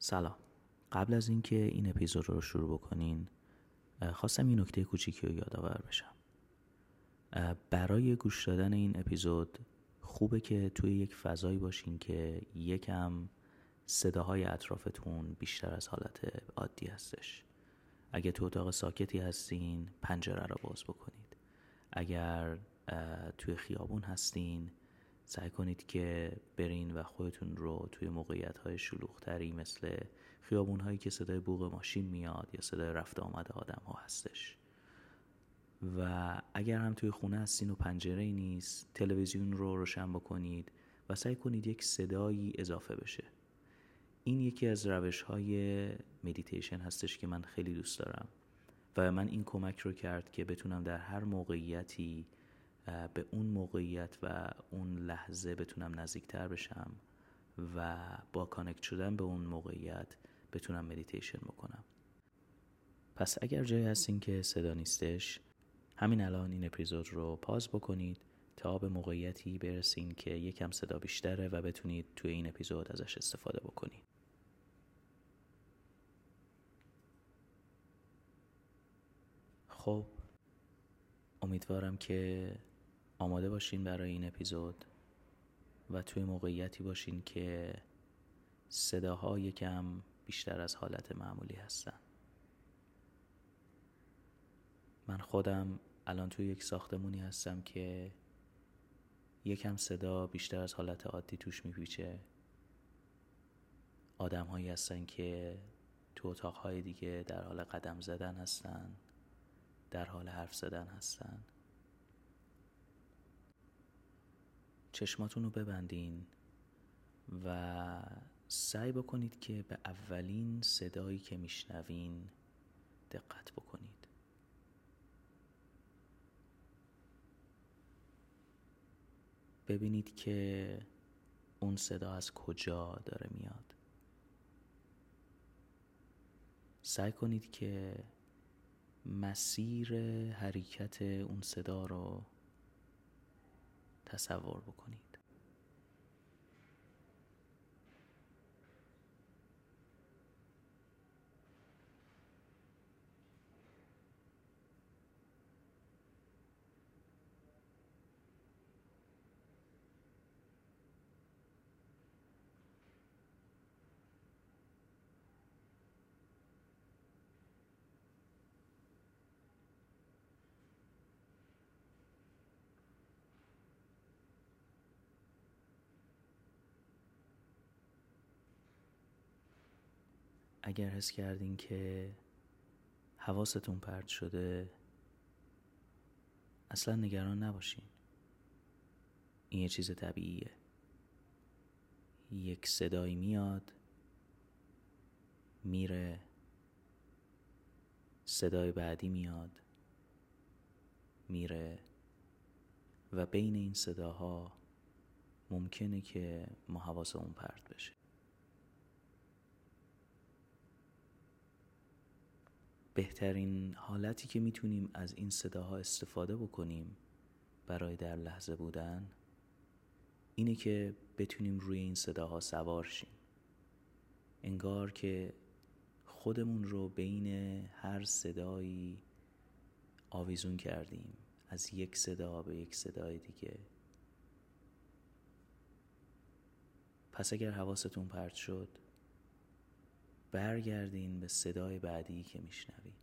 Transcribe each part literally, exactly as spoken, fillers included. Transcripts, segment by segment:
سلام. قبل از اینکه این اپیزود رو شروع بکنین خواستم این نکته کوچیکی رو یادآور بشم. برای گوش دادن این اپیزود خوبه که توی یک فضایی باشین که یکم صداهای اطرافتون بیشتر از حالت عادی هستش. اگه تو اتاق ساکتی هستین پنجره رو باز بکنید. اگر توی خیابون هستین سعی کنید که برین و خودتون رو توی موقعیت‌های شلوغ‌تری مثل خیابون‌هایی که صدای بوق ماشین میاد یا صدای رفت آمد آدم‌ها هستش. و اگر هم توی خونه هستین و پنجره‌ای نیست، تلویزیون رو روشن بکنید و سعی کنید یک صدایی اضافه بشه. این یکی از روش‌های مدیتیشن هستش که من خیلی دوست دارم و من این کمک رو کرد که بتونم در هر موقعیتی به اون موقعیت و اون لحظه بتونم نزدیکتر بشم و با کانکت شدن به اون موقعیت بتونم مدیتیشن بکنم. پس اگر جایی هستین که صدا نیستش، همین الان این اپیزود رو پاز بکنید تا به موقعیتی برسین که یکم صدا بیشتره و بتونید توی این اپیزود ازش استفاده بکنید. خب امیدوارم که آماده باشین برای این اپیزود و توی موقعیتی باشین که صداها یکم بیشتر از حالت معمولی هستن. من خودم الان توی یک ساختمونی هستم که یکم صدا بیشتر از حالت عادی توش میپیچه. آدم هایی هستن که تو اتاقهای دیگه در حال قدم زدن هستن، در حال حرف زدن هستن. چشماتون رو ببندین و سعی بکنید که به اولین صدایی که میشنوین دقت بکنید. ببینید که اون صدا از کجا داره میاد. سعی کنید که مسیر حرکت اون صدا رو تصور بکنید. اگر حس کردین که حواستون پرت شده، اصلا نگران نباشین. این یه چیز طبیعیه. یک صدایی میاد، میره، صدای بعدی میاد، میره و بین این صداها ممکنه که ما حواسمون پرت بشه. بهترین حالتی که میتونیم از این صداها استفاده بکنیم برای در لحظه بودن اینه که بتونیم روی این صداها سوار شیم. انگار که خودمون رو بین هر صدایی آویزون کردیم، از یک صدا به یک صدای دیگه. پس اگر حواستون پرت شد، برگردین به صدای بعدی که میشنوین.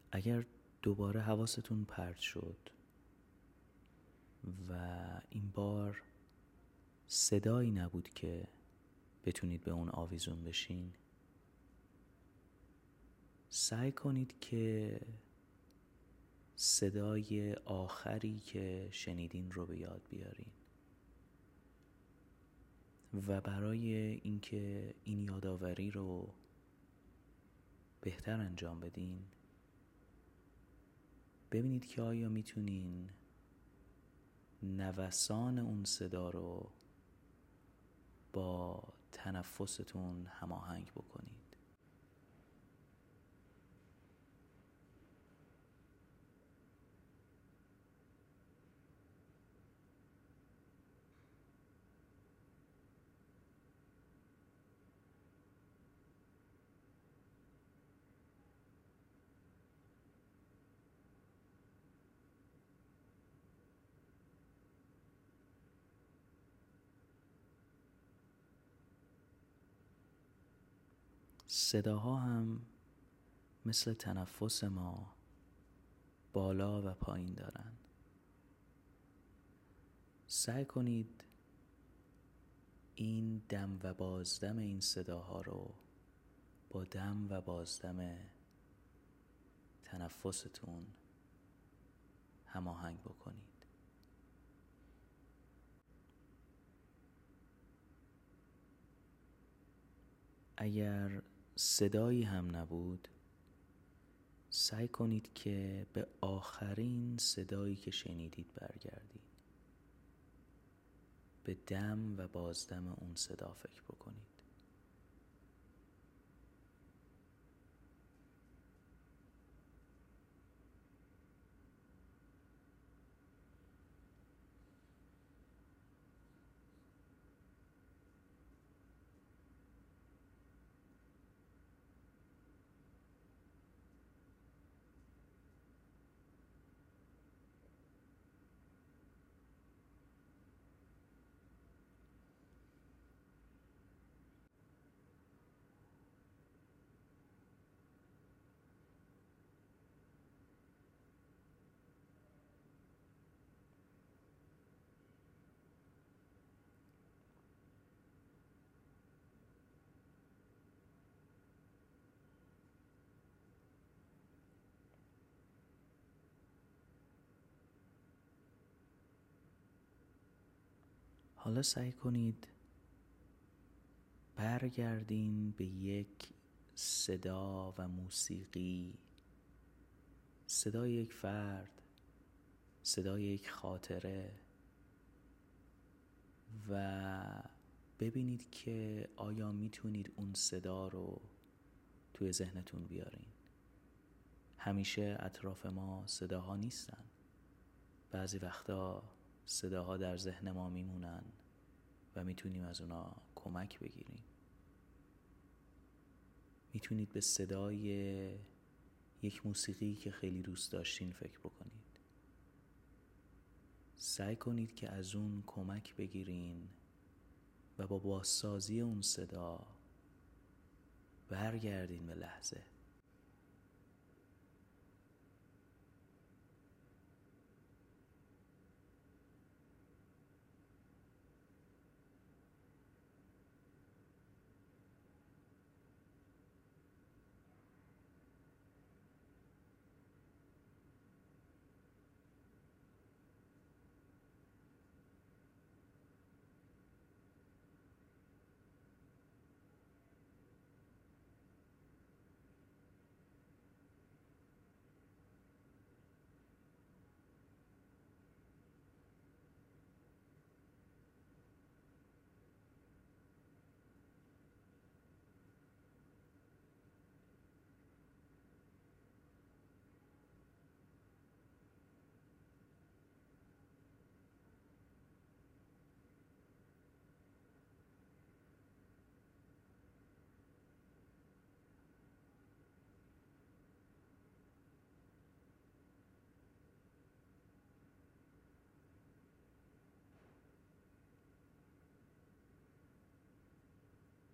اگر دوباره حواستون پرت شد و این بار صدایی نبود که بتونید به اون آویزون بشین، سعی کنید که صدای آخری که شنیدین رو به یاد بیارین و برای اینکه این یادآوری رو بهتر انجام بدین، ببینید که آیا میتونین نوسان اون صدا رو با تنفستون هماهنگ بکنید. صداها هم مثل تنفس ما بالا و پایین دارن. سعی کنید این دم و بازدم این صداها رو با دم و بازدم تنفستون هماهنگ بکنید. اگر صدایی هم نبود، سعی کنید که به آخرین صدایی که شنیدید برگردید. به دم و بازدم اون صدا فکر بکنید. حالا سعی کنید برگردین به یک صدا و موسیقی، صدای یک فرد، صدای یک خاطره، و ببینید که آیا میتونید اون صدا رو توی ذهنتون بیارین. همیشه اطراف ما صداها نیستن. بعضی وقتا صداها در ذهن ما میمونن و میتونیم از اونا کمک بگیریم. میتونید به صدای یک موسیقی که خیلی دوست داشتین فکر بکنید. سعی کنید که از اون کمک بگیرین و با بازسازی اون صدا برگردین به لحظه.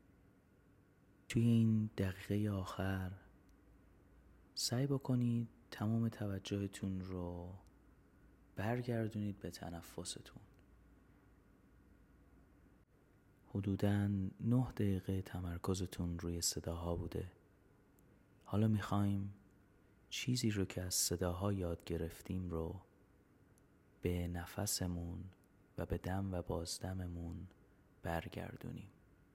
توی این دقیقه آخر سعی بکنید تمام توجهتون رو برگردونید به تنفستون. حدوداً نه دقیقه تمرکزتون روی صداها بوده. حالا میخوایم چیزی رو که از صداها یاد گرفتیم رو به نفسمون و به دم و بازدممون برگردونیم.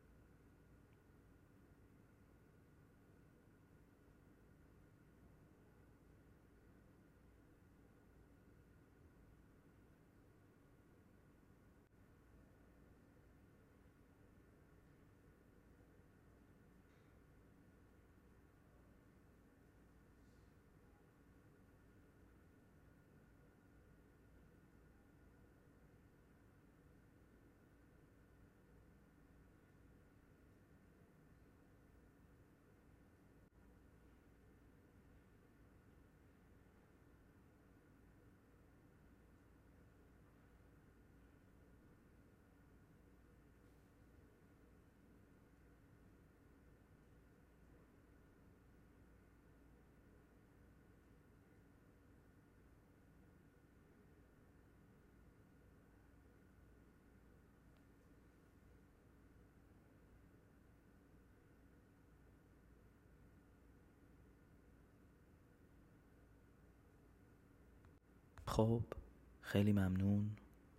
خب خیلی ممنون.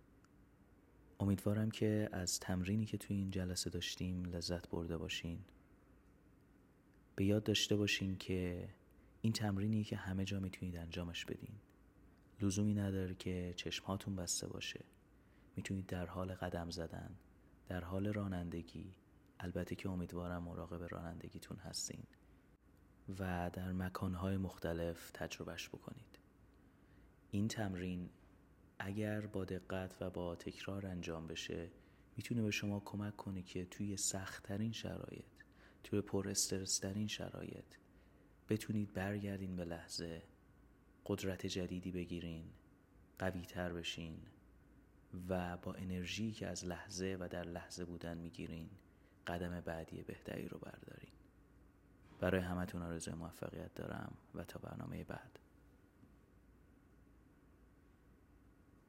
امیدوارم که از تمرینی که توی این جلسه داشتیم لذت برده باشین. به یاد داشته باشین که این تمرینی که همه جا میتونید انجامش بدین. لزومی نداره که چشمهاتون بسته باشه. میتونید در حال قدم زدن، در حال رانندگی، البته که امیدوارم مراقب رانندگیتون هستین، و در مکانهای مختلف تجربهش بکنید. این تمرین اگر با دقت و با تکرار انجام بشه میتونه به شما کمک کنه که توی سخت‌ترین شرایط، توی پر استرس ترین شرایط بتونید برگردین به لحظه، قدرت جدیدی بگیرین، قوی تر بشین و با انرژی که از لحظه و در لحظه بودن میگیرین قدم بعدی بهتری رو بردارین. برای همتون آرزوی موفقیت دارم و تا برنامه بعد.